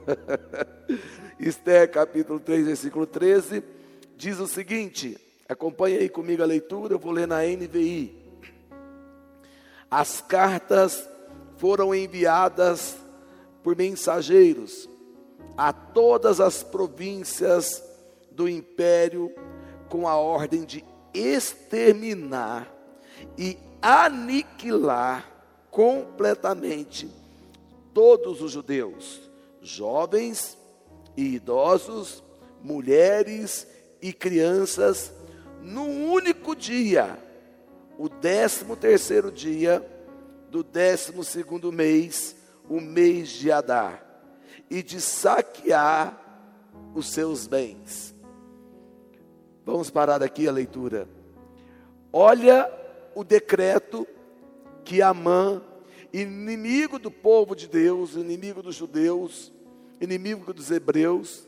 Esther capítulo 3, versículo 13, diz o seguinte, acompanhe aí comigo a leitura, eu vou ler na NVI. As cartas foram enviadas por mensageiros a todas as províncias do império com a ordem de exterminar e aniquilar completamente todos os judeus, jovens e idosos, mulheres e crianças, num único dia, o 13º dia do 12º mês, o mês de Adar, e de saquear os seus bens. Vamos parar aqui a leitura. Olha o decreto que Amã, inimigo do povo de Deus, inimigo dos judeus, inimigo dos hebreus,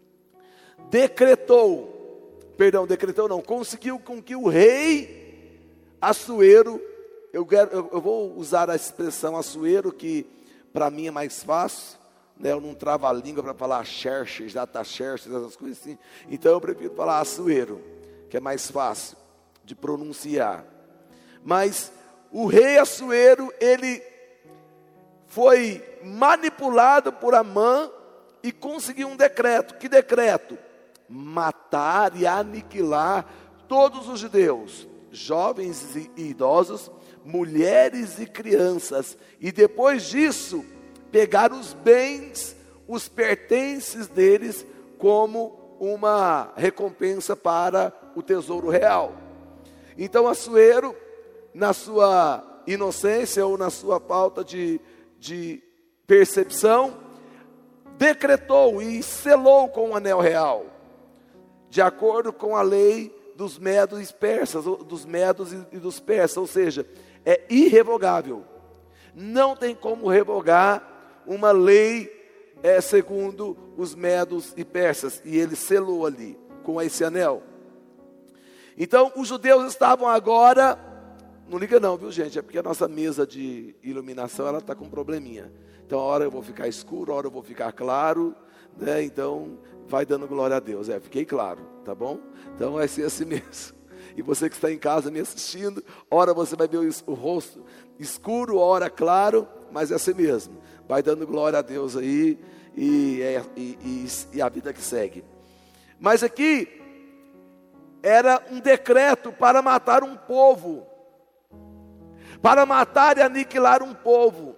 conseguiu com que o rei Assuero, eu vou usar a expressão Assuero, que para mim é mais fácil, né? Eu não travo a língua para falar Xerxes, Dataxerxes, essas coisas assim, então eu prefiro falar Assuero, que é mais fácil de pronunciar. Mas o rei Assuero, ele foi manipulado por Amã e conseguiu um decreto. Que decreto? Matar e aniquilar todos os judeus, jovens e idosos, mulheres e crianças. E depois disso, pegar os bens, os pertences deles, como uma recompensa para o tesouro real. Então Assuero, na sua inocência ou na sua falta de percepção, decretou e selou com o anel real, de acordo com a lei dos medos e persas, dos medos e dos persas, ou seja, é irrevogável. Não tem como revogar uma lei segundo os medos e persas, e ele selou ali com esse anel. Então os judeus estavam agora, não liga não, viu gente, é porque a nossa mesa de iluminação, ela está com um probleminha. Então a hora eu vou ficar escuro, a hora eu vou ficar claro, né? Então vai dando glória a Deus, fiquei claro, tá bom? Então vai ser assim mesmo. E você que está em casa me assistindo, hora você vai ver o rosto escuro, hora claro, mas é assim mesmo. Vai dando glória a Deus aí, e a vida que segue. Mas aqui, era um decreto para matar um povo, para matar e aniquilar um povo.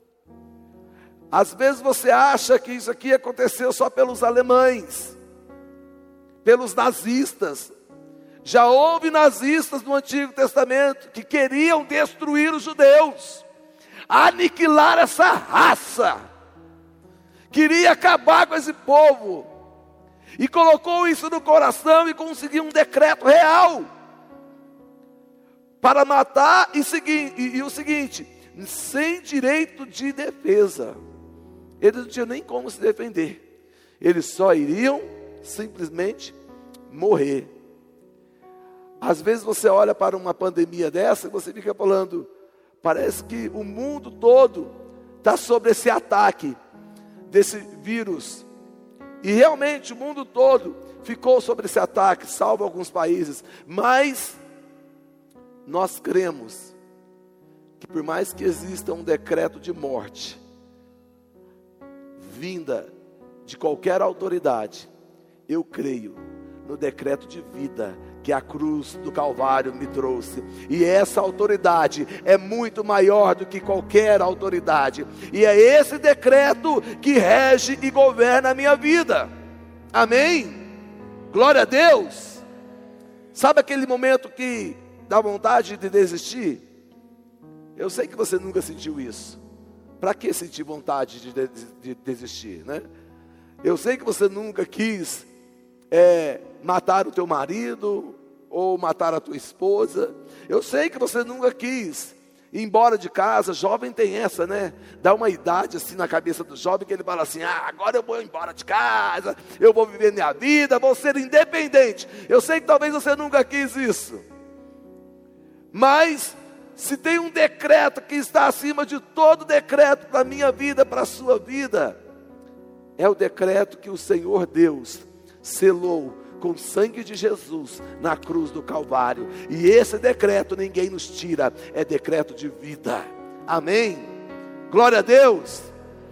Às vezes você acha que isso aqui aconteceu só pelos alemães, pelos nazistas. Já houve nazistas no Antigo Testamento que queriam destruir os judeus, aniquilar essa raça, queria acabar com esse povo, e colocou isso no coração e conseguiu um decreto real para matar e o seguinte, sem direito de defesa. Eles não tinham nem como se defender, eles só iriam simplesmente morrer. Às vezes você olha para uma pandemia dessa e você fica falando, parece que o mundo todo está sobre esse ataque desse vírus. E realmente o mundo todo ficou sobre esse ataque, salvo alguns países. Mas nós cremos que por mais que exista um decreto de morte, vinda de qualquer autoridade, eu creio no decreto de vida que a cruz do Calvário me trouxe, e essa autoridade é muito maior do que qualquer autoridade, e é esse decreto que rege e governa a minha vida. Amém? Glória a Deus. Sabe aquele momento que dá vontade de desistir? Eu sei que você nunca sentiu isso. Para que sentir vontade de desistir, né? Eu sei que você nunca quis matar o teu marido, ou matar a tua esposa. Eu sei que você nunca quis ir embora de casa. Jovem tem essa, né? Dá uma idade assim na cabeça do jovem, que ele fala assim, agora eu vou embora de casa, eu vou viver minha vida, vou ser independente. Eu sei que talvez você nunca quis isso, mas se tem um decreto que está acima de todo decreto para a minha vida, para a sua vida, é o decreto que o Senhor Deus selou com o sangue de Jesus na cruz do Calvário. E esse decreto ninguém nos tira, é decreto de vida. Amém? Glória a Deus.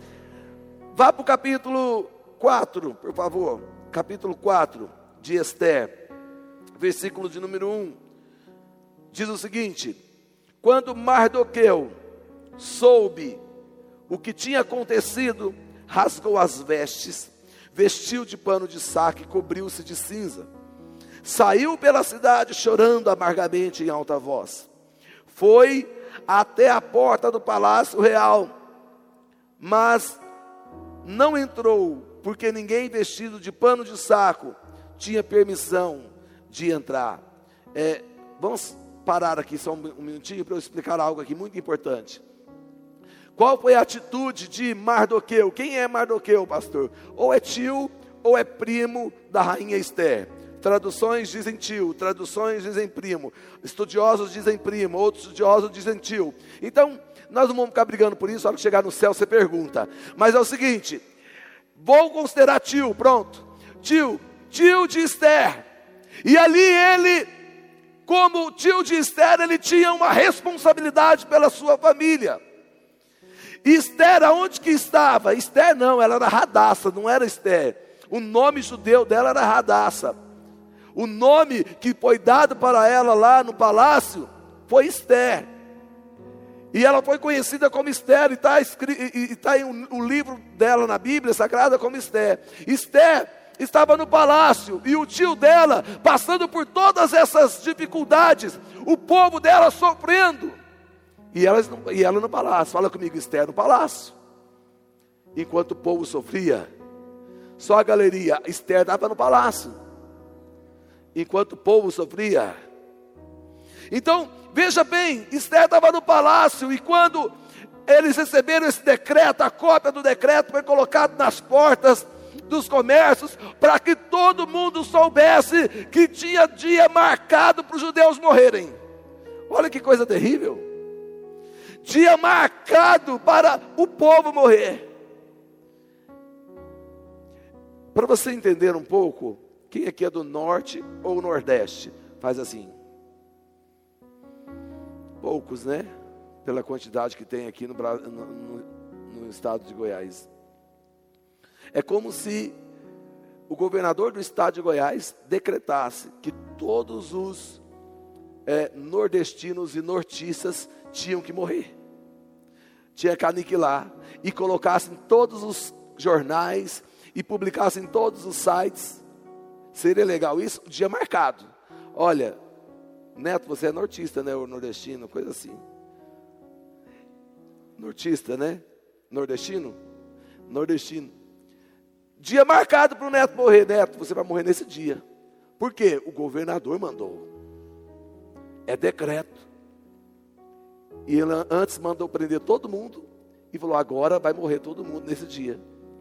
Vá para o capítulo 4, por favor. Capítulo 4 de Esther, versículo de número 1. Diz o seguinte: quando Mardoqueu soube o que tinha acontecido, rasgou as vestes, vestiu de pano de saco e cobriu-se de cinza. Saiu pela cidade chorando amargamente em alta voz. Foi até a porta do palácio real, mas não entrou, porque ninguém vestido de pano de saco tinha permissão de entrar. Vamos parar aqui só um minutinho para eu explicar algo aqui muito importante. Qual foi a atitude de Mardoqueu? Quem é Mardoqueu, pastor? Ou é tio, ou é primo da rainha Esther. Traduções dizem tio, traduções dizem primo. Estudiosos dizem primo, outros estudiosos dizem tio. Então, nós não vamos ficar brigando por isso. A hora que chegar no céu, você pergunta. Mas é o seguinte, vou considerar tio, pronto. Tio de Esther. E ali ele, como tio de Esther, ele tinha uma responsabilidade pela sua família. Esther, aonde que estava? Esther não, ela era Radassa, não era Esther. O nome judeu dela era Radassa. O nome que foi dado para ela lá no palácio foi Esther. E ela foi conhecida como Esther, e está em o livro dela na Bíblia Sagrada como Esther. Esther estava no palácio, e o tio dela passando por todas essas dificuldades, o povo dela sofrendo. E ela no palácio. Fala comigo, Esther no palácio. Enquanto o povo sofria, só a galeria, Esther estava no palácio. Enquanto o povo sofria. Então, veja bem, Esther estava no palácio. E quando eles receberam esse decreto, a cópia do decreto foi colocada nas portas dos comércios, para que todo mundo soubesse que tinha dia marcado para os judeus morrerem. Olha que coisa terrível. Dia marcado para o povo morrer. Para você entender um pouco, quem aqui é do norte ou nordeste, faz assim. Poucos, né? Pela quantidade que tem aqui no estado de Goiás. É como se o governador do estado de Goiás decretasse que todos os nordestinos e nortistas tinham que morrer, tinha que aniquilar, e colocassem todos os jornais e publicassem todos os sites. Seria legal isso? Dia marcado. Olha, Neto, você é nortista, né? Ou nordestino, coisa assim. Nortista, né? Nordestino? Nordestino. Dia marcado para o Neto morrer. Neto, você vai morrer nesse dia. Por quê? O governador mandou. É decreto. E ele antes mandou prender todo mundo e falou, agora vai morrer todo mundo nesse dia.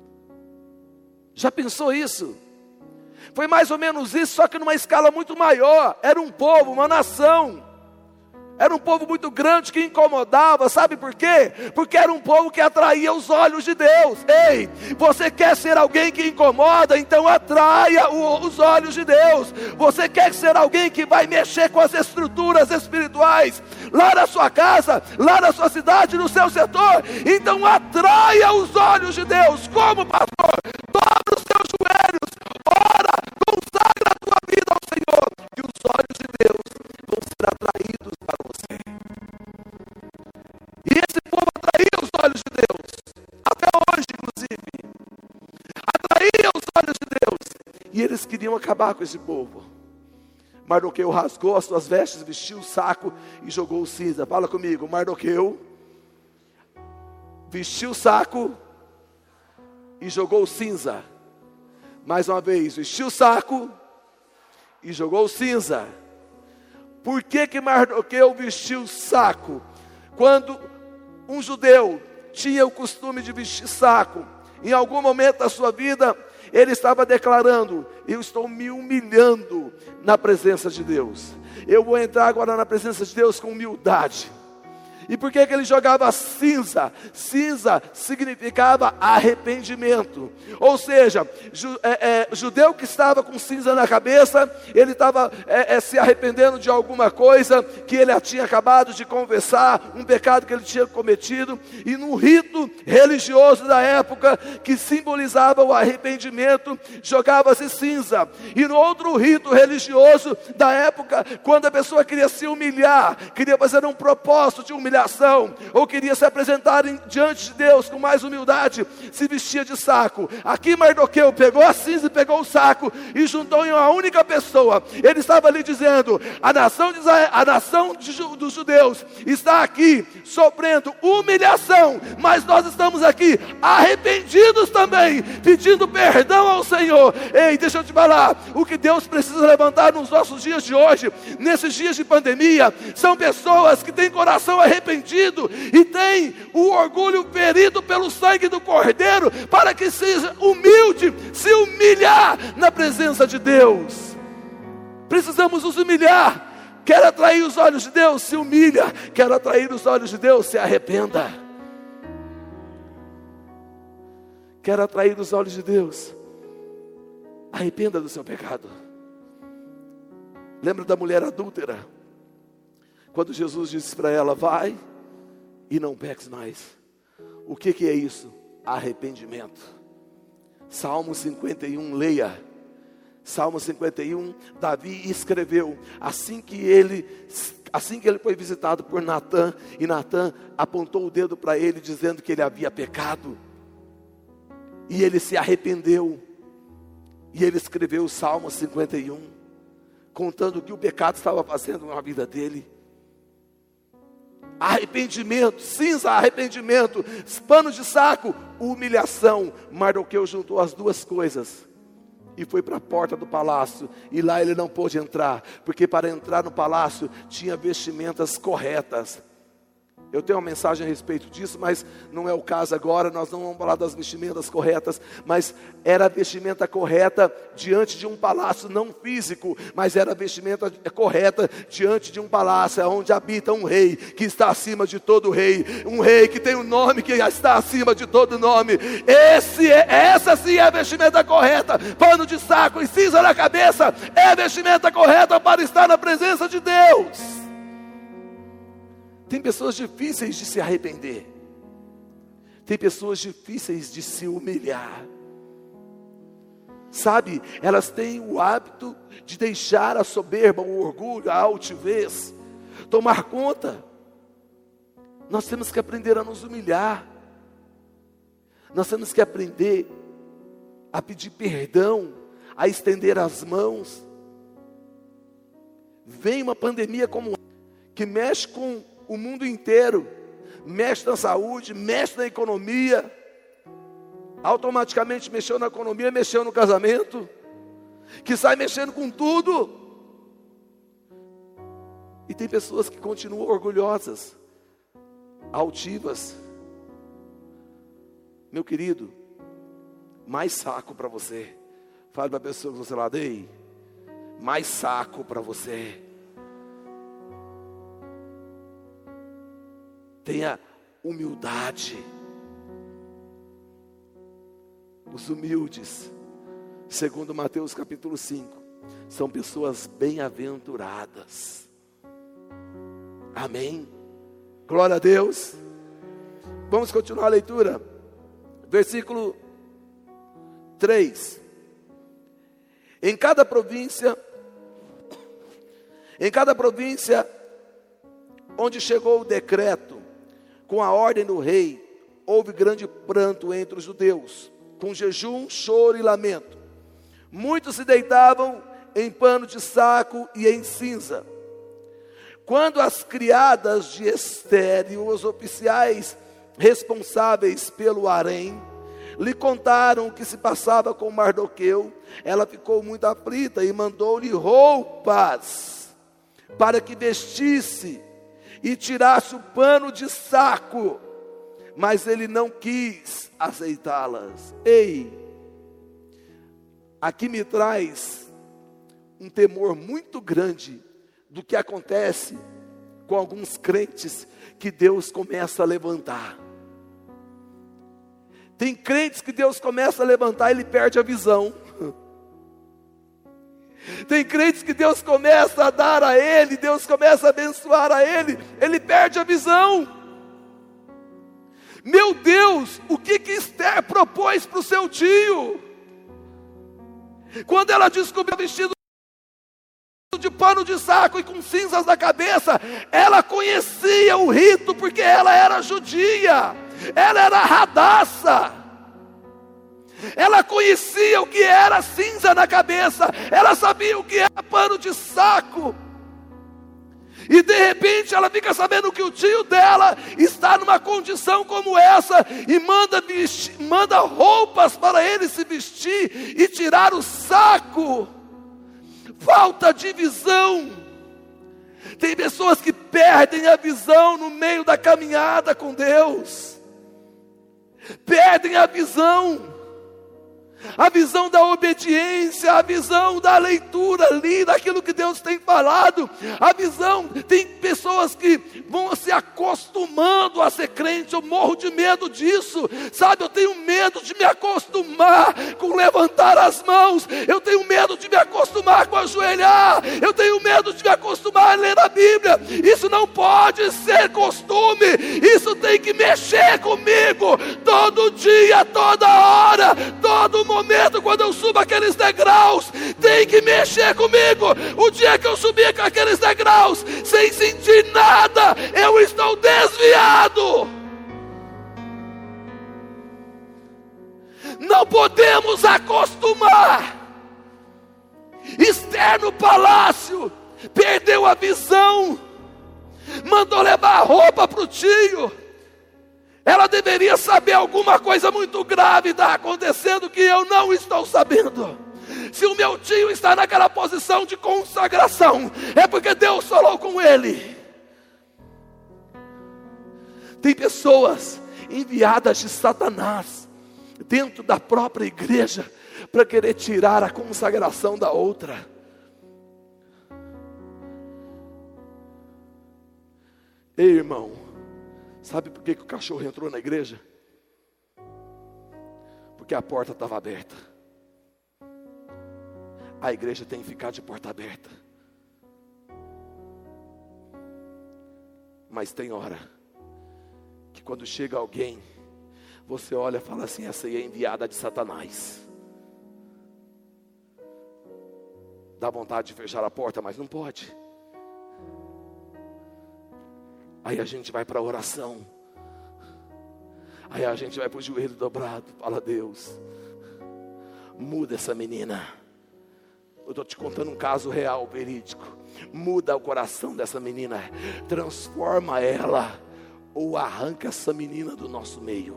Já pensou isso? Foi mais ou menos isso, só que numa escala muito maior. Era um povo, uma nação. Era um povo muito grande que incomodava, sabe por quê? Porque era um povo que atraía os olhos de Deus. Ei, você quer ser alguém que incomoda? Então atraia os olhos de Deus. Você quer ser alguém que vai mexer com as estruturas espirituais, lá na sua casa, lá na sua cidade, no seu setor? Então atraia os olhos de Deus. Como, pastor? Dobra os seus joelhos, ora, consagra a tua vida ao Senhor, e os olhos de Deus vão ser atraídos para você. E esse povo atraía os olhos de Deus, até hoje inclusive, atraía os olhos de Deus, e eles queriam acabar com esse povo. Mardoqueu rasgou as suas vestes, vestiu o saco e jogou cinza. Fala comigo, Mardoqueu vestiu o saco e jogou cinza. Mais uma vez, vestiu o saco e jogou cinza. Por que Mardoqueu vestiu o saco? Quando um judeu tinha o costume de vestir saco, em algum momento da sua vida, ele estava declarando, eu estou me humilhando na presença de Deus. Eu vou entrar agora na presença de Deus com humildade. E por que ele jogava cinza? Cinza significava arrependimento. Ou seja, judeu que estava com cinza na cabeça, ele estava se arrependendo de alguma coisa que ele tinha acabado de confessar, um pecado que ele tinha cometido. E no rito religioso da época, que simbolizava o arrependimento, jogava-se cinza. E no outro rito religioso da época, quando a pessoa queria se humilhar, queria fazer um propósito de humilhação, ou queria se apresentar diante de Deus com mais humildade, se vestia de saco. Aqui Mardoqueu pegou a cinza e pegou o saco e juntou em uma única pessoa. Ele estava ali dizendo: a nação dos judeus está aqui sofrendo humilhação, mas nós estamos aqui arrependidos também, pedindo perdão ao Senhor. Ei, deixa eu te falar, o que Deus precisa levantar nos nossos dias de hoje, nesses dias de pandemia, são pessoas que têm coração arrependido e têm o orgulho ferido pelo sangue do Cordeiro, para que seja humilde, se humilhar na presença de Deus. Precisamos nos humilhar. Quer atrair os olhos de Deus? Se humilha. Quer atrair os olhos de Deus? Se arrependa. Quer atrair os olhos de Deus? Arrependa do seu pecado. Lembra da mulher adúltera? Quando Jesus disse para ela: vai e não peques mais. O que é isso? Arrependimento. Salmo 51, leia. Salmo 51, Davi escreveu, assim que ele foi visitado por Natã, e Natã apontou o dedo para ele, dizendo que ele havia pecado, e ele se arrependeu, e ele escreveu o Salmo 51, contando o que o pecado estava fazendo na vida dele. Arrependimento, cinza, arrependimento, pano de saco, humilhação. Mardoqueu juntou as duas coisas e foi para a porta do palácio, e lá ele não pôde entrar, porque para entrar no palácio tinha vestimentas corretas. Eu tenho uma mensagem a respeito disso, mas não é o caso agora. Nós não vamos falar das vestimentas corretas, mas era a vestimenta correta diante de um palácio, não físico, mas era a vestimenta correta diante de um palácio, onde habita um rei que está acima de todo rei, um rei que tem um nome que está acima de todo nome. Essa sim é a vestimenta correta. Pano de saco e cinza na cabeça é a vestimenta correta para estar na presença de Deus. Tem pessoas difíceis de se arrepender. Tem pessoas difíceis de se humilhar. Sabe, elas têm o hábito de deixar a soberba, o orgulho, a altivez tomar conta. Nós temos que aprender a nos humilhar. Nós temos que aprender a pedir perdão, a estender as mãos. Vem uma pandemia como que mexe com o mundo inteiro, mexe na saúde, mexe na economia, automaticamente mexeu na economia, mexeu no casamento, que sai mexendo com tudo. E tem pessoas que continuam orgulhosas, altivas. Meu querido, mais saco para você. Fale para a pessoa que você lá dei, mais saco para você. Tenha humildade. Os humildes, segundo Mateus capítulo 5, são pessoas bem-aventuradas. Amém? Glória a Deus. Vamos continuar a leitura. Versículo 3. Em cada província onde chegou o decreto com a ordem do rei, houve grande pranto entre os judeus, com jejum, choro e lamento. Muitos se deitavam em pano de saco e em cinza. Quando as criadas de Ester e os oficiais responsáveis pelo harém lhe contaram o que se passava com Mardoqueu, ela ficou muito aflita e mandou-lhe roupas para que vestisse e tirasse o pano de saco, mas ele não quis aceitá-las. Ei, aqui me traz um temor muito grande do que acontece com alguns crentes que Deus começa a levantar. Tem crentes que Deus começa a levantar e ele perde a visão. Tem crentes que Deus começa a dar a ele, Deus começa a abençoar a ele perde a visão. Meu Deus, o que Esther propôs para o seu tio? Quando ela descobriu o vestido de pano de saco e com cinzas na cabeça, ela conhecia o rito, porque ela era judia, ela era radaça, ela conhecia o que era cinza na cabeça, ela sabia o que era pano de saco, e de repente ela fica sabendo que o tio dela está numa condição como essa, e manda roupas para ele se vestir e tirar o saco. Falta de visão. Tem pessoas que perdem a visão no meio da caminhada com Deus. Perdem a visão da obediência, a visão da leitura ali, daquilo que Deus tem falado, a visão. Tem pessoas que vão se acostumando a ser crente. Eu morro de medo disso, sabe? Eu tenho medo de me acostumar com levantar as mãos, eu tenho medo de me acostumar com ajoelhar, eu tenho medo de me acostumar a ler a Bíblia. Isso não pode ser costume, isso tem que mexer comigo, todo dia, toda hora, todo momento. Quando eu subo aqueles degraus, tem que mexer comigo. O dia que eu subir com aqueles degraus sem sentir nada, eu estou desviado. Não podemos acostumar. Esther no palácio perdeu a visão, mandou levar roupa para o tio. Ela deveria saber alguma coisa muito grave está acontecendo que eu não estou sabendo. Se o meu tio está naquela posição de consagração, é porque Deus falou com ele. Tem pessoas enviadas de Satanás dentro da própria igreja para querer tirar a consagração da outra. Ei, irmão, sabe por que o cachorro entrou na igreja? Porque a porta estava aberta. A igreja tem que ficar de porta aberta. Mas tem hora que quando chega alguém, você olha e fala assim: essa aí é enviada de Satanás. Dá vontade de fechar a porta, mas não pode. Aí a gente vai para a oração. Aí a gente vai para o joelho dobrado. Fala: Deus, muda essa menina. Eu estou te contando um caso real, verídico. Muda o coração dessa menina. Transforma ela. Ou arranca essa menina do nosso meio.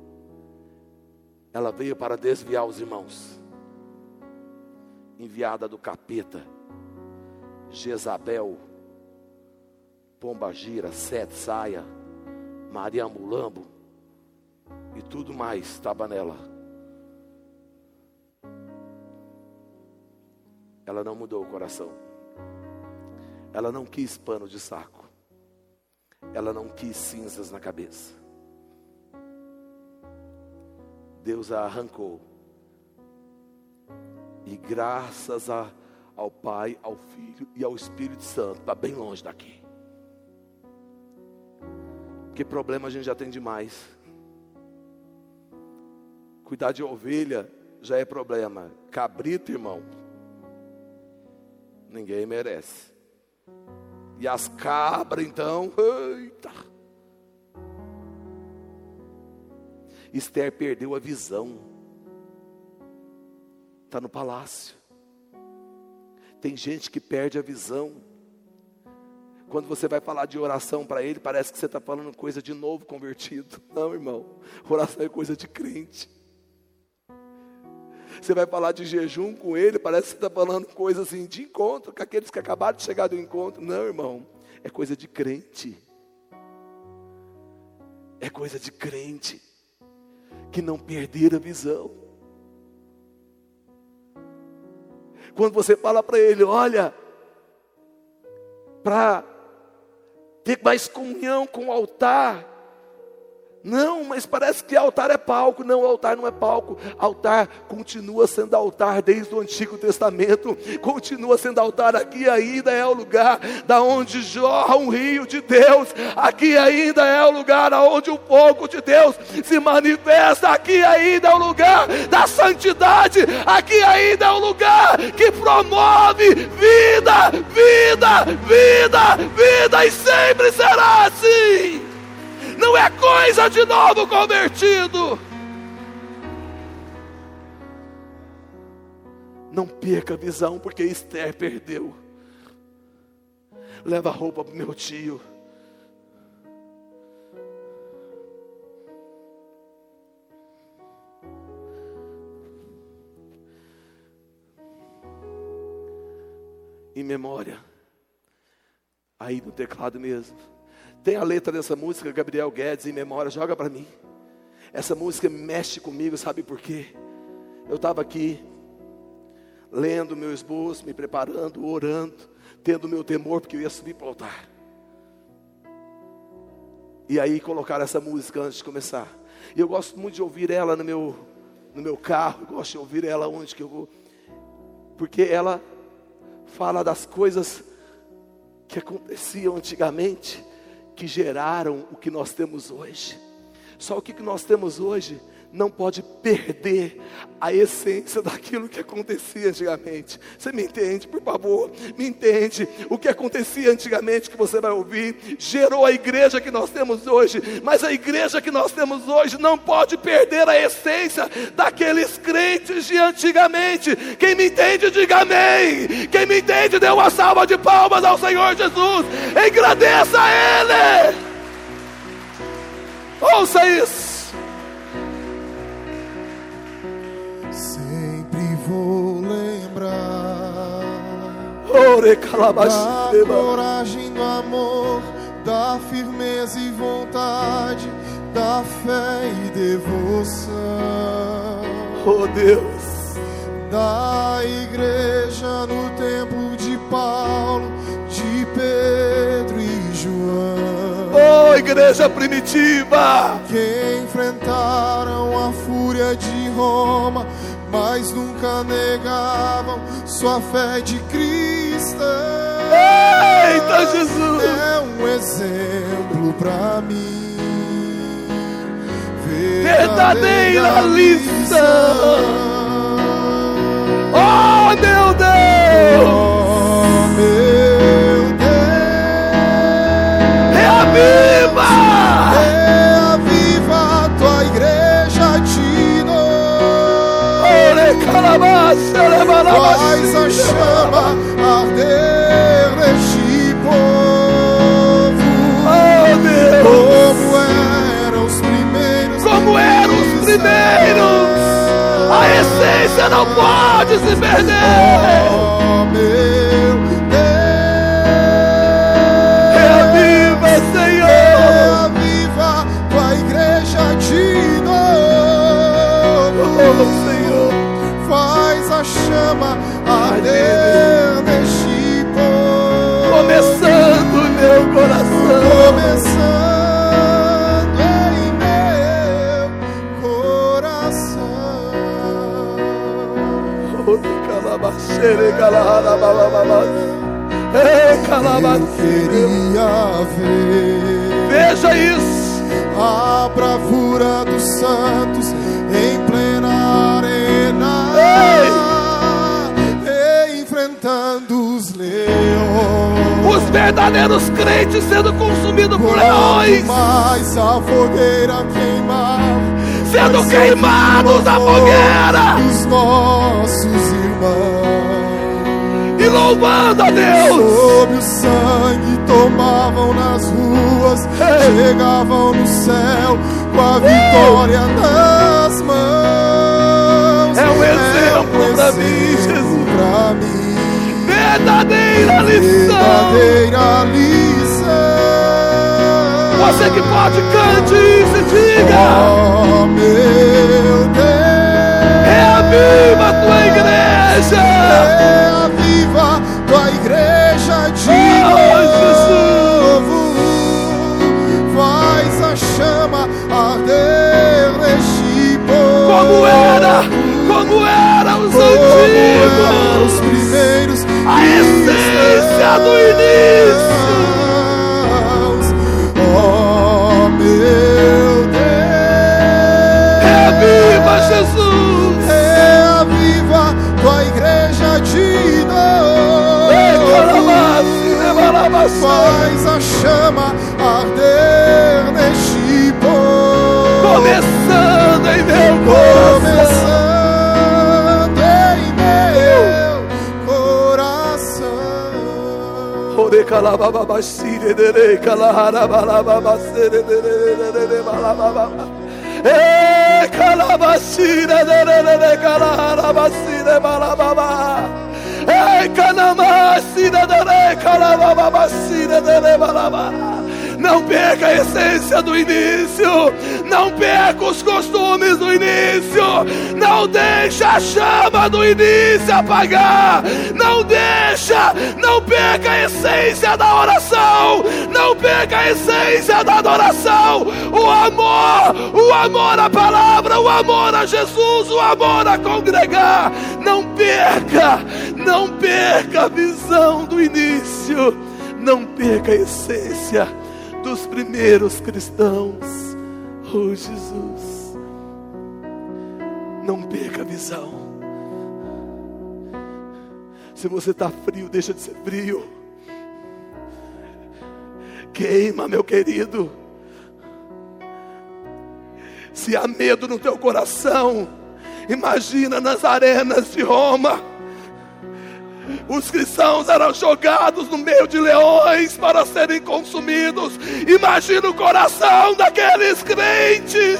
Ela veio para desviar os irmãos. Enviada do capeta. Jezabel, Pombagira, Sete Saia, Maria Mulambo e tudo mais estava nela. Ela não mudou o coração. Ela não quis pano de saco. Ela não quis cinzas na cabeça. Deus a arrancou. E graças ao Pai, ao Filho e ao Espírito Santo, está bem longe daqui. Porque problema a gente já tem demais. Cuidar de ovelha já é problema. Cabrito, irmão, ninguém merece. E as cabras, então, eita. Esther perdeu a visão. Está no palácio. Tem gente que perde a visão. Quando você vai falar de oração para ele, parece que você está falando coisa de novo convertido. Não, irmão, oração é coisa de crente. Você vai falar de jejum com ele, parece que você está falando coisa assim de encontro, com aqueles que acabaram de chegar do encontro. Não, irmão, é coisa de crente. É coisa de crente que não perder a visão. Quando você fala para ele: olha, para ter mais comunhão com o altar. Não, mas parece que altar é palco. Não, altar não é palco. Altar continua sendo altar desde o Antigo Testamento. Continua sendo altar. Aqui ainda é o lugar da onde jorra um rio de Deus. Aqui ainda é o lugar onde o fogo de Deus se manifesta. Aqui ainda é o lugar da santidade. Aqui ainda é o lugar que promove vida, vida, vida, vida. E sempre será assim. Não é coisa de novo convertido. Não perca a visão, porque Esther perdeu. Leva a roupa para o meu tio. Em memória. Aí no teclado mesmo. Tem a letra dessa música, Gabriel Guedes, Em Memória, joga para mim. Essa música mexe comigo, sabe por quê? Eu estava aqui, lendo meu esboço, me preparando, orando, tendo meu temor, porque eu ia subir para o altar. E aí colocaram essa música antes de começar. E eu gosto muito de ouvir ela no meu carro, eu gosto de ouvir ela onde que eu vou. Porque ela fala das coisas que aconteciam antigamente, que geraram o que nós temos hoje. Só o que nós temos hoje não pode perder a essência daquilo que acontecia antigamente. Você me entende? Por favor, me entende. O que acontecia antigamente, que você vai ouvir, gerou a igreja que nós temos hoje. Mas a igreja que nós temos hoje não pode perder a essência daqueles crentes de antigamente. Quem me entende, diga amém. Quem me entende, dê uma salva de palmas ao Senhor Jesus. Agradeça a Ele. Ouça isso. Vou lembrar da coragem, do amor, da firmeza e vontade, da fé e devoção. Oh Deus, da igreja no tempo de Paulo, de Pedro e João. Oh igreja primitiva, que enfrentaram a fúria de Roma, mas nunca negavam sua fé de Cristo. Eita Jesus! É um exemplo pra mim, verdadeira lição. Oh meu Deus! Oh meu Deus! Reaviva! Reaviva tua igreja de novo. Faz a chama arder neste povo. Oh Deus! Como eram os primeiros. A essência não pode se perder. Oh meu Deus! Reaviva, Senhor! Reaviva tua igreja de novo. Oh Senhor! Faz a chama arder neste povo. Começando meu coração. Começando em meu coração. Eu queria ver. Veja isso. A bravura dos santos em plena arena. Enfrentando os leões. Os verdadeiros crentes sendo consumidos por leões. Mas a fogueira queimar. Sendo queimados na fogueira. Os nossos irmãos. E louvando a Deus. Sob o sangue tomavam nas ruas. Chegavam no céu com a vitória nas mãos. É um exemplo para mim, Jesus. Pra mim. Verdadeira lição. Verdadeira lição. Você que pode, cante isso e diga. Oh meu Deus. Reaviva a tua igreja. Reaviva tua igreja de novo. do início. Oh meu Deus, Reaviva, Jesus. reaviva tua igreja de novo. Faz a chama arder neste povo. Começando em meu coração. Ore calababa sire dere calahara sire dere balababa. E calabasire dere calahara sire balababa. E canamasire dere calababa sire dere balababa. Não perca a essência do início. Não perca os costumes do início. Não deixa a chama do início apagar. Não deixa. Não perca a essência da oração. Não perca a essência da adoração. O amor à palavra, o amor a Jesus, o amor a congregar. Não perca a visão do início. Não perca a essência dos primeiros cristãos. Oh Jesus, não perca a visão. Se você está frio, deixa de ser frio. Queima, meu querido. Se há medo no teu coração, imagina nas arenas de Roma. Os cristãos eram jogados no meio de leões para serem consumidos. Imagina o coração daqueles crentes.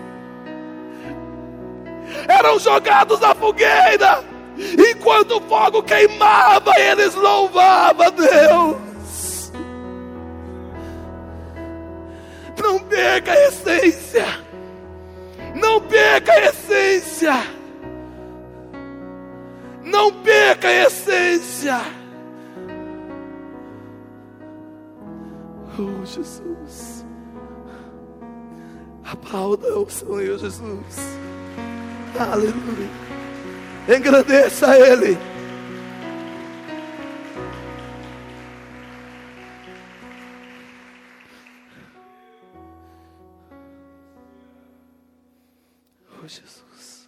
Eram jogados na fogueira. Enquanto o fogo queimava, eles louvavam a Deus. Não perca a essência. Não perca a essência. Não perca a essência. Oh Jesus, aplauda o Senhor Jesus. Aleluia. Engrandeça Ele. Oh Jesus.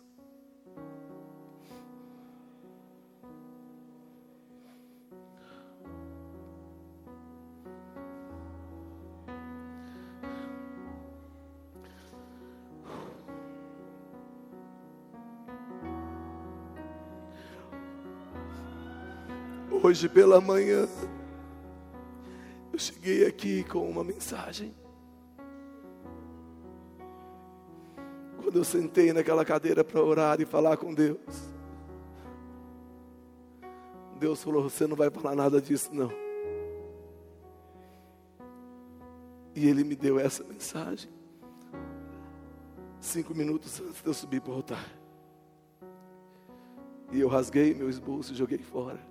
Hoje pela manhã, eu cheguei aqui com uma mensagem. Quando eu sentei naquela cadeira para orar e falar com Deus, Deus falou: você não vai falar nada disso não. E Ele me deu essa mensagem 5 minutos antes de eu subir para o altar. E eu rasguei meu esboço e joguei fora.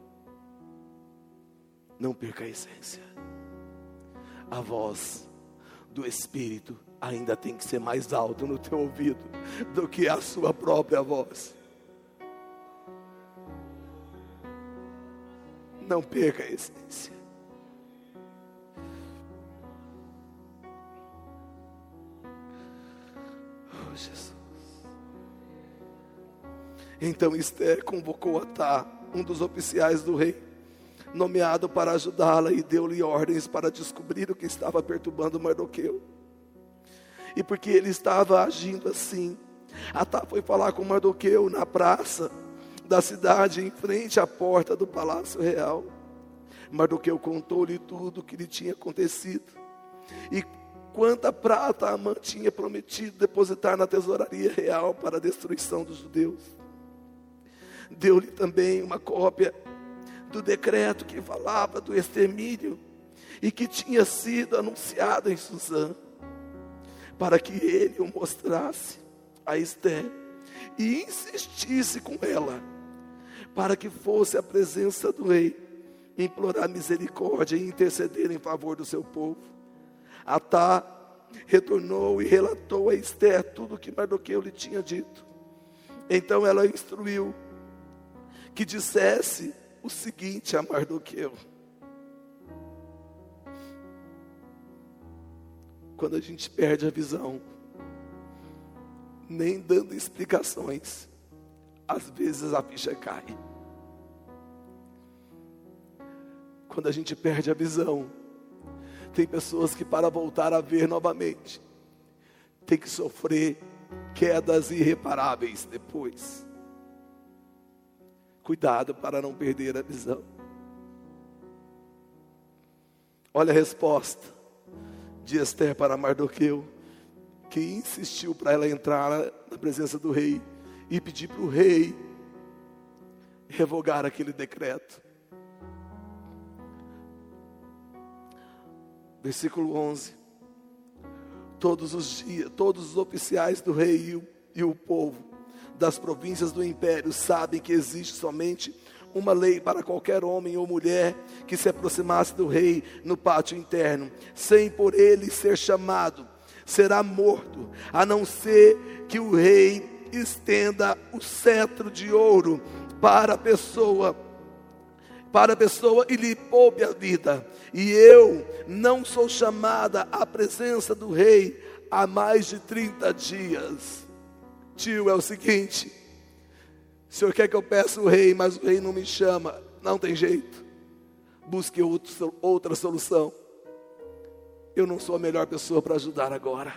Não perca a essência. A voz do Espírito ainda tem que ser mais alta no teu ouvido do que a sua própria voz. Não perca a essência. Oh Jesus. Então Esther convocou Atá, um dos oficiais do rei, nomeado para ajudá-la, e deu-lhe ordens para descobrir o que estava perturbando Mardoqueu. E porque ele estava agindo assim, Atá foi falar com Mardoqueu na praça da cidade, em frente à porta do palácio real. Mardoqueu contou-lhe tudo o que lhe tinha acontecido e quanta prata Amã tinha prometido depositar na tesouraria real para a destruição dos judeus. Deu-lhe também uma cópia do decreto que falava do extermínio e que tinha sido anunciado em Susã, para que ele o mostrasse a Esther e insistisse com ela, para que fosse à presença do rei, implorar misericórdia e interceder em favor do seu povo. Atá retornou e relatou a Esther tudo o que Mardoqueu lhe tinha dito. Então ela instruiu que dissesse o seguinte a Mardoqueu: quando a gente perde a visão, nem dando explicações, às vezes a ficha cai. Quando a gente perde a visão, tem pessoas que para voltar a ver novamente, tem que sofrer quedas irreparáveis depois. Cuidado para não perder a visão. Olha a resposta de Esther para Mardoqueu, que insistiu para ela entrar na presença do rei e pedir para o rei revogar aquele decreto. Versículo 11. Todos os oficiais do rei e o povo das províncias do império sabem que existe somente uma lei para qualquer homem ou mulher que se aproximasse do rei no pátio interno, sem por ele ser chamado, será morto, a não ser que o rei estenda o cetro de ouro para a pessoa e lhe poupe a vida. E eu não sou chamada à presença do rei há mais de 30 dias. Tio, é o seguinte: o senhor quer que eu peça o rei, mas o rei não me chama. Não tem jeito. Busque outra solução. Eu não sou a melhor pessoa para ajudar agora.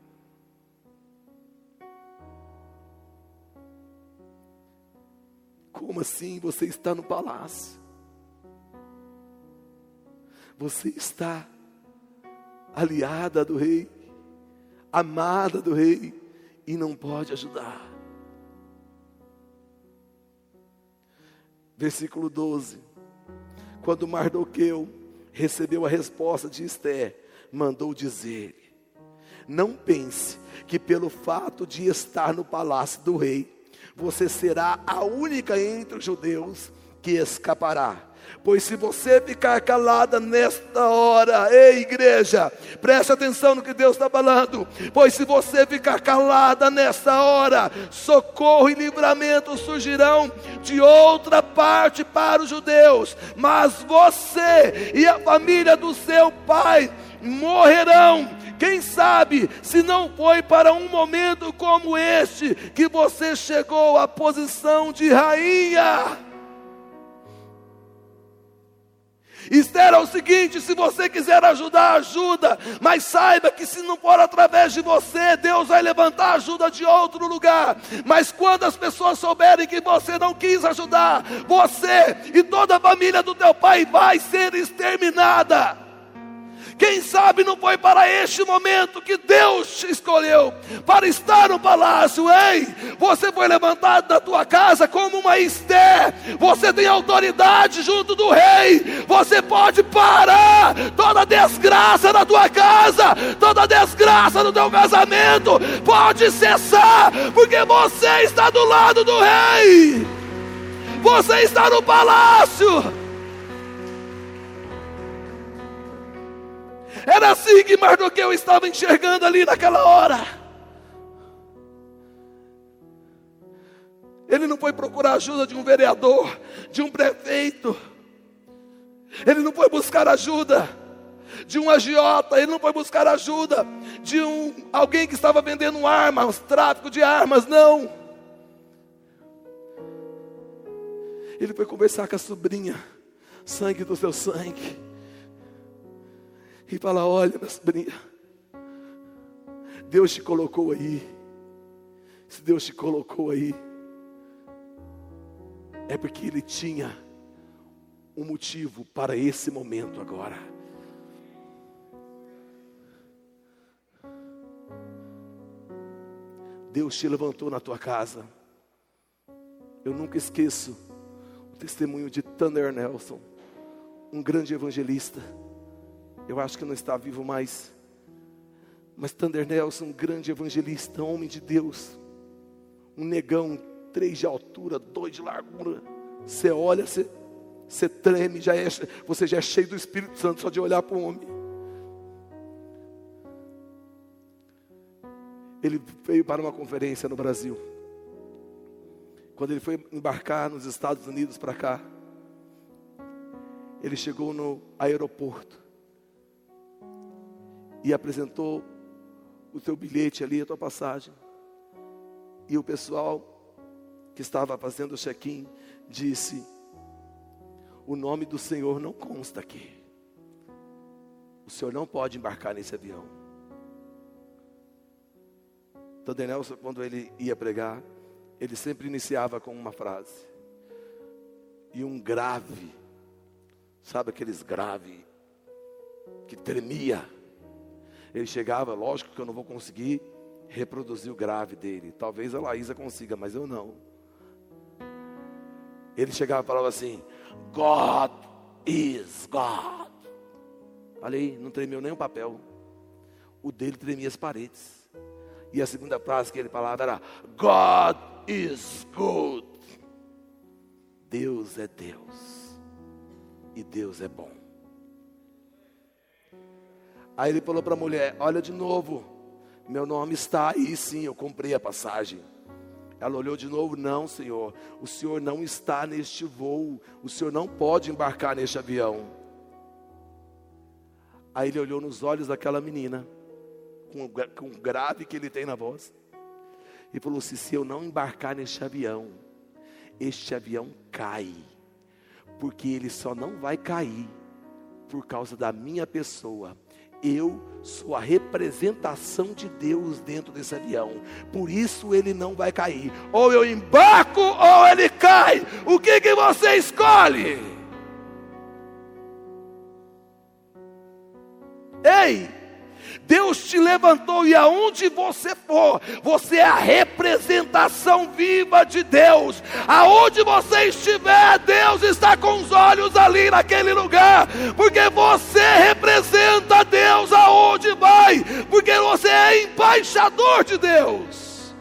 Como assim? Você está no palácio. Você está aliada do rei, amada do rei, e não pode ajudar. Versículo 12. Quando Mardoqueu recebeu a resposta de Esther, mandou dizer: não pense que pelo fato de estar no palácio do rei, você será a única entre os judeus que escapará. Pois se você ficar calada nesta hora, ei igreja, preste atenção no que Deus está falando. Pois se você ficar calada nesta hora, socorro e livramento surgirão de outra parte para os judeus, mas você e a família do seu pai morrerão. Quem sabe se não foi para um momento como este que você chegou à posição de rainha. Esther, é o seguinte: se você quiser ajudar, ajuda, mas saiba que se não for através de você, Deus vai levantar ajuda de outro lugar. Mas quando as pessoas souberem que você não quis ajudar, você e toda a família do teu pai vai ser exterminada. Quem sabe não foi para este momento que Deus te escolheu para estar no palácio. Ei, você foi levantado da tua casa como uma Esther. Você tem autoridade junto do rei. Você pode parar toda desgraça na tua casa, toda desgraça no teu casamento. Pode cessar, porque você está do lado do rei. Você está no palácio. Era assim que Mardoqueu estava enxergando ali naquela hora. Ele não foi procurar ajuda de um vereador, de um prefeito. Ele não foi buscar ajuda de um agiota. Ele não foi buscar ajuda de alguém que estava vendendo armas, tráfico de armas, não. Ele foi conversar com a sobrinha, sangue do seu sangue. E fala: olha, minha sobrinha, Deus te colocou aí. Se Deus te colocou aí, é porque Ele tinha um motivo para esse momento agora. Deus te levantou na tua casa. Eu nunca esqueço o testemunho de Thunder Nelson, um grande evangelista. Eu acho que não está vivo mais. Mas Thunder Nelson, um grande evangelista, homem de Deus. Um negão, 3 de altura, 2 de largura. Você olha, você treme, você já é cheio do Espírito Santo só de olhar para o homem. Ele veio para uma conferência no Brasil. Quando ele foi embarcar nos Estados Unidos para cá, ele chegou no aeroporto e apresentou o teu bilhete ali, a tua passagem. E o pessoal que estava fazendo o check-in disse: o nome do Senhor não consta aqui. O senhor não pode embarcar nesse avião. Então, Nelson, quando ele ia pregar, ele sempre iniciava com uma frase. E um grave, sabe aqueles grave que tremia. Ele chegava, lógico que eu não vou conseguir reproduzir o grave dele. Talvez a Laísa consiga, mas eu não. Ele chegava e falava assim: God is God. Olha aí, não tremeu nem o papel. O dele tremia as paredes. E a segunda frase que ele falava era: God is good. Deus é Deus. E Deus é bom. Aí ele falou para a mulher: olha de novo, meu nome está aí sim, eu comprei a passagem. Ela olhou de novo: não, senhor, o senhor não está neste voo, o senhor não pode embarcar neste avião. Aí ele olhou nos olhos daquela menina, com o grave que ele tem na voz, e falou assim: se eu não embarcar neste avião, este avião cai, porque ele só não vai cair por causa da minha pessoa. Eu sou a representação de Deus dentro desse avião. Por isso ele não vai cair. Ou eu embarco ou ele cai. O que você escolhe? Ei! Deus te levantou e aonde você for, você é a representação viva de Deus. Aonde você estiver, Deus está com os olhos ali naquele lugar, porque você representa Deus aonde vai, porque você é embaixador de Deus.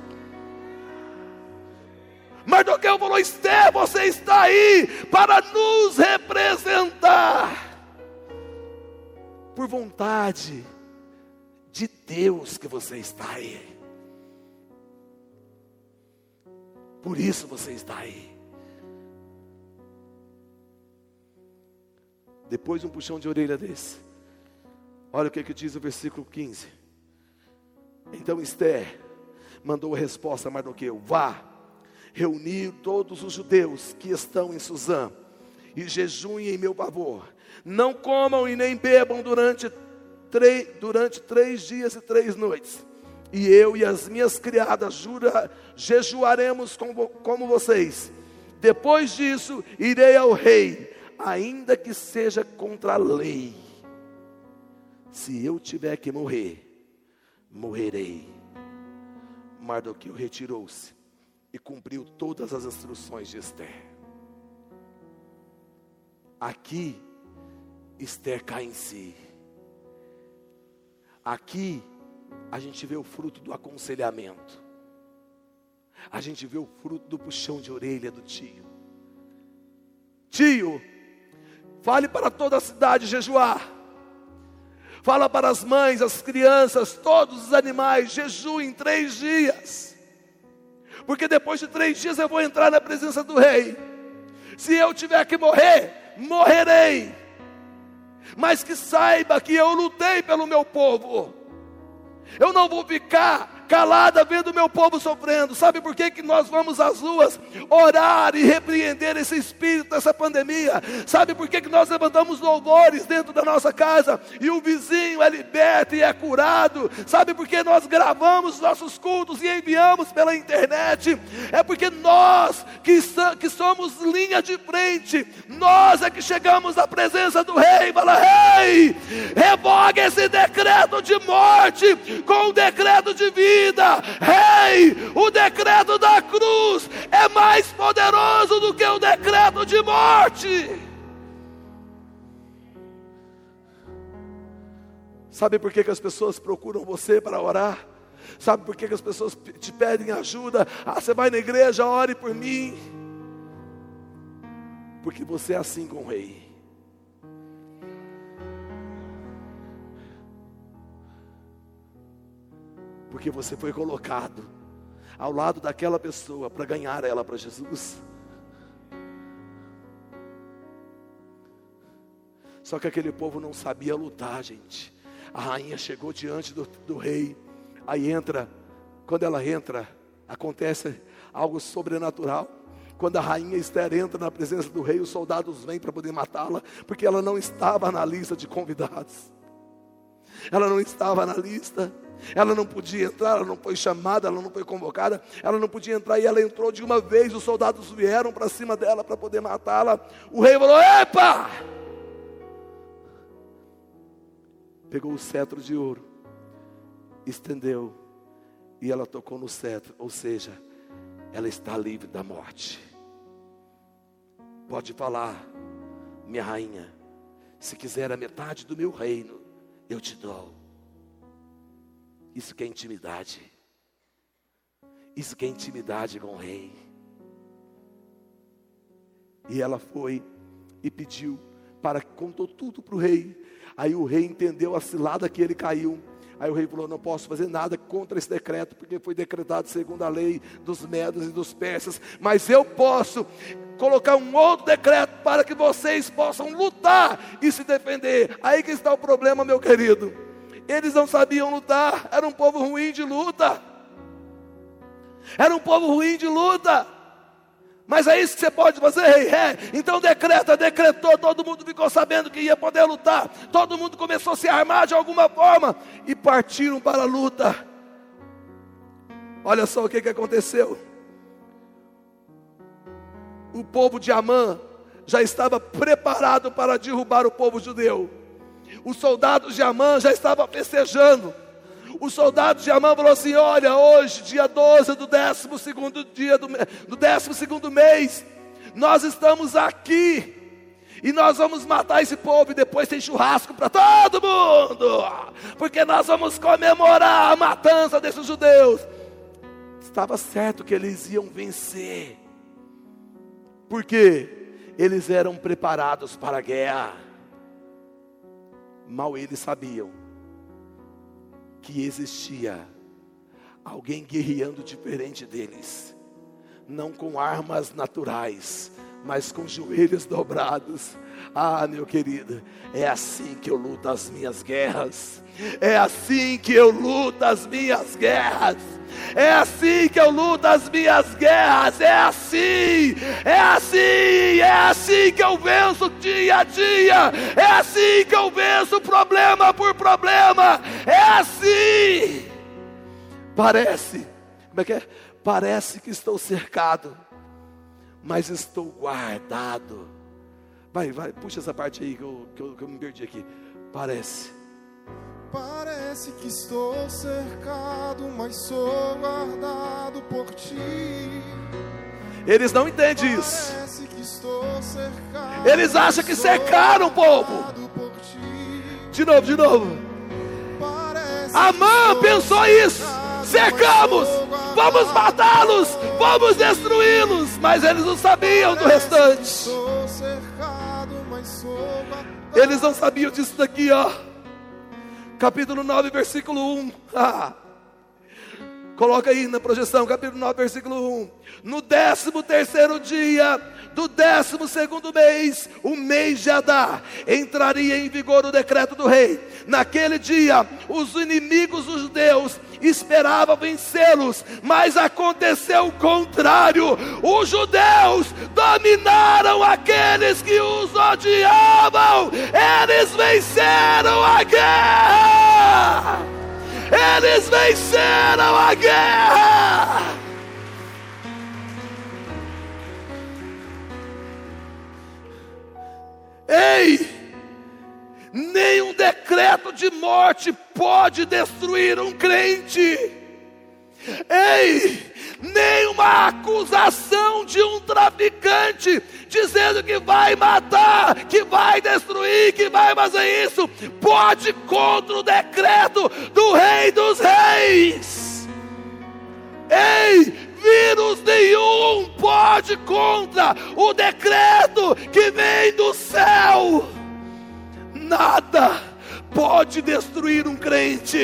Mardoqueu falou: Esther, você está aí para nos representar. Por vontade de Deus que você está aí. Por isso você está aí. Depois de um puxão de orelha desse, olha o que diz o versículo 15. Então Esther mandou a resposta a Mardoqueu: vá, reunir todos os judeus que estão em Suzã, e jejuem em meu favor. Não comam e nem bebam durante 3 dias e 3 noites. E eu e as minhas criadas jejuaremos como vocês. Depois disso, irei ao rei, ainda que seja contra a lei. Se eu tiver que morrer, morrerei. Mardoqueu retirou-se e cumpriu todas as instruções de Esther. Aqui, Esther cai em si. Aqui, a gente vê o fruto do aconselhamento. A gente vê o fruto do puxão de orelha do tio. Tio, fale para toda a cidade jejuar. Fala para as mães, as crianças, todos os animais, jejuem 3 dias. Porque depois de 3 dias eu vou entrar na presença do rei. Se eu tiver que morrer, morrerei. Mas que saiba que eu lutei pelo meu povo. Eu não vou ficar calada vendo o meu povo sofrendo. Sabe por que nós vamos às ruas orar e repreender esse espírito dessa pandemia? Sabe por que nós levantamos louvores dentro da nossa casa e o vizinho é liberto e é curado? Sabe por que nós gravamos nossos cultos e enviamos pela internet? É porque nós que somos linha de frente, nós é que chegamos à presença do rei e fala: rei, revoga esse decreto de morte com o decreto de vida. Rei, o decreto da cruz é mais poderoso do que o decreto de morte. Sabe por que as pessoas procuram você para orar? Sabe por que as pessoas te pedem ajuda? Você vai na igreja, ore por mim. Porque você é assim com o rei. Porque você foi colocado ao lado daquela pessoa para ganhar ela para Jesus. Só que aquele povo não sabia lutar, gente. A rainha chegou diante do rei. Aí quando ela entra, acontece algo sobrenatural. Quando a rainha Esther entra na presença do rei, os soldados vêm para poder matá-la, porque ela não estava na lista de convidados. Ela não estava na lista, ela não podia entrar, ela não foi chamada, ela não foi convocada, ela não podia entrar, e ela entrou de uma vez. Os soldados vieram para cima dela para poder matá-la. O rei falou: epa! Pegou o cetro de ouro, estendeu, e ela tocou no cetro, ou seja, ela está livre da morte. Pode falar: minha rainha, se quiser a metade do meu reino, eu te dou. Isso que é intimidade. Isso que é intimidade com o rei. E ela foi e pediu, contou tudo para o rei. Aí o rei entendeu a cilada que ele caiu. Aí o rei falou: não posso fazer nada contra esse decreto, porque foi decretado segundo a lei dos medos e dos persas, mas eu posso colocar um outro decreto para que vocês possam lutar e se defender. Aí que está o problema, meu querido. Eles não sabiam lutar, era um povo ruim de luta. Era um povo ruim de luta. Mas é isso que você pode fazer, rei? Então decretou, todo mundo ficou sabendo que ia poder lutar. Todo mundo começou a se armar de alguma forma e partiram para a luta. Olha só o que aconteceu. O povo de Amã já estava preparado para derrubar o povo judeu. Os soldados de Amã já estavam festejando. Os soldados de Amã falaram assim: olha, hoje, dia 12 do 12º dia do 12º mês, nós estamos aqui e nós vamos matar esse povo, e depois tem churrasco para todo mundo, porque nós vamos comemorar a matança desses judeus. Estava certo que eles iam vencer, porque eles eram preparados para a guerra. Mal eles sabiam que existia alguém guerreando diferente deles, não com armas naturais, mas com joelhos dobrados. Ah, meu querido, é assim que eu luto as minhas guerras. É assim que eu luto as minhas guerras. É assim que eu luto as minhas guerras. É assim que eu venço dia a dia. É assim que eu venço problema por problema. É assim. Parece que estou cercado, mas estou guardado. Vai, puxa essa parte aí que eu me perdi aqui. Parece que estou cercado, mas sou guardado por ti. Eles não entendem isso. Parece que estou cercado, eles acham que cercaram o povo. De novo. Amã pensou isso. Cercamos, vamos matá-los, vamos destruí-los. Mas eles não sabiam do restante. Eles não sabiam disso daqui, ó. Capítulo 9, versículo 1. Coloca aí na projeção, capítulo 9, versículo 1. No 13º dia do 12º mês, o mês de Adar, entraria em vigor o decreto do rei. Naquele dia, os inimigos dos judeus esperavam vencê-los, mas aconteceu o contrário. Os judeus dominaram aqueles que os odiavam. Eles venceram a guerra. Eles venceram a guerra. Ei, nenhum decreto de morte pode destruir um crente. Ei, nenhuma acusação de um traficante dizendo que vai matar, que vai destruir, que vai fazer isso, pode contra o decreto do Rei dos Reis. Ei, vírus nenhum pode contra o decreto que vem do céu. Nada pode destruir um crente.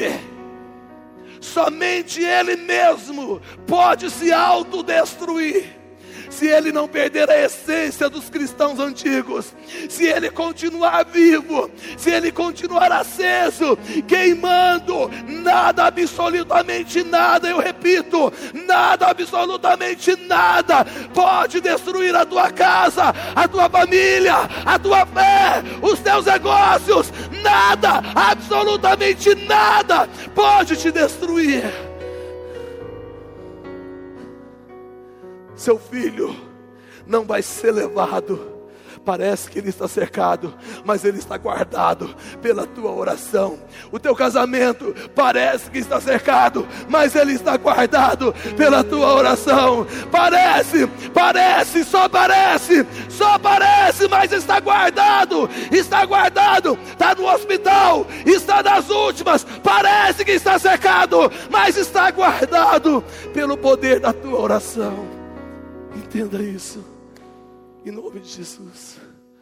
Somente ele mesmo pode se autodestruir. se ele não perder a essência dos cristãos antigos, se ele continuar vivo, se ele continuar aceso, queimando, nada, absolutamente nada, eu repito, nada, absolutamente nada, pode destruir a tua casa, a tua família, a tua fé, os teus negócios. Nada, absolutamente nada pode te destruir. Seu filho não vai ser levado. Parece que ele está cercado, mas ele está guardado pela tua oração. O teu casamento parece que está cercado, mas ele está guardado pela tua oração. Parece, só parece, mas está guardado, está no hospital, está nas últimas, parece que está cercado, mas está guardado pelo poder da tua oração. Entenda isso. Em nome de Jesus.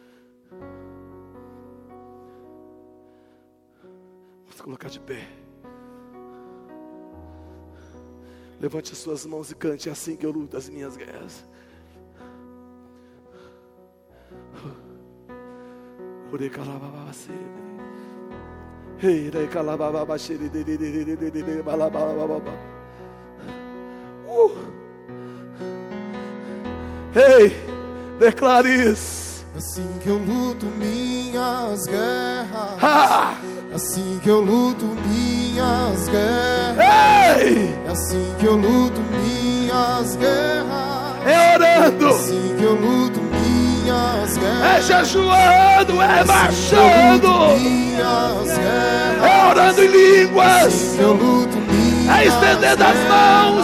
Vamos colocar de pé. Levante as suas mãos e cante: é assim que eu luto as minhas guerras. Ei, declare isso. Assim que eu luto minhas guerras. Assim que eu luto minhas guerras. Ei! Assim que eu luto minhas guerras. É orando. Assim que eu luto minhas guerras. É jejuando, é marchando. É orando em línguas. Assim que eu luto minhas É estendendo as mãos.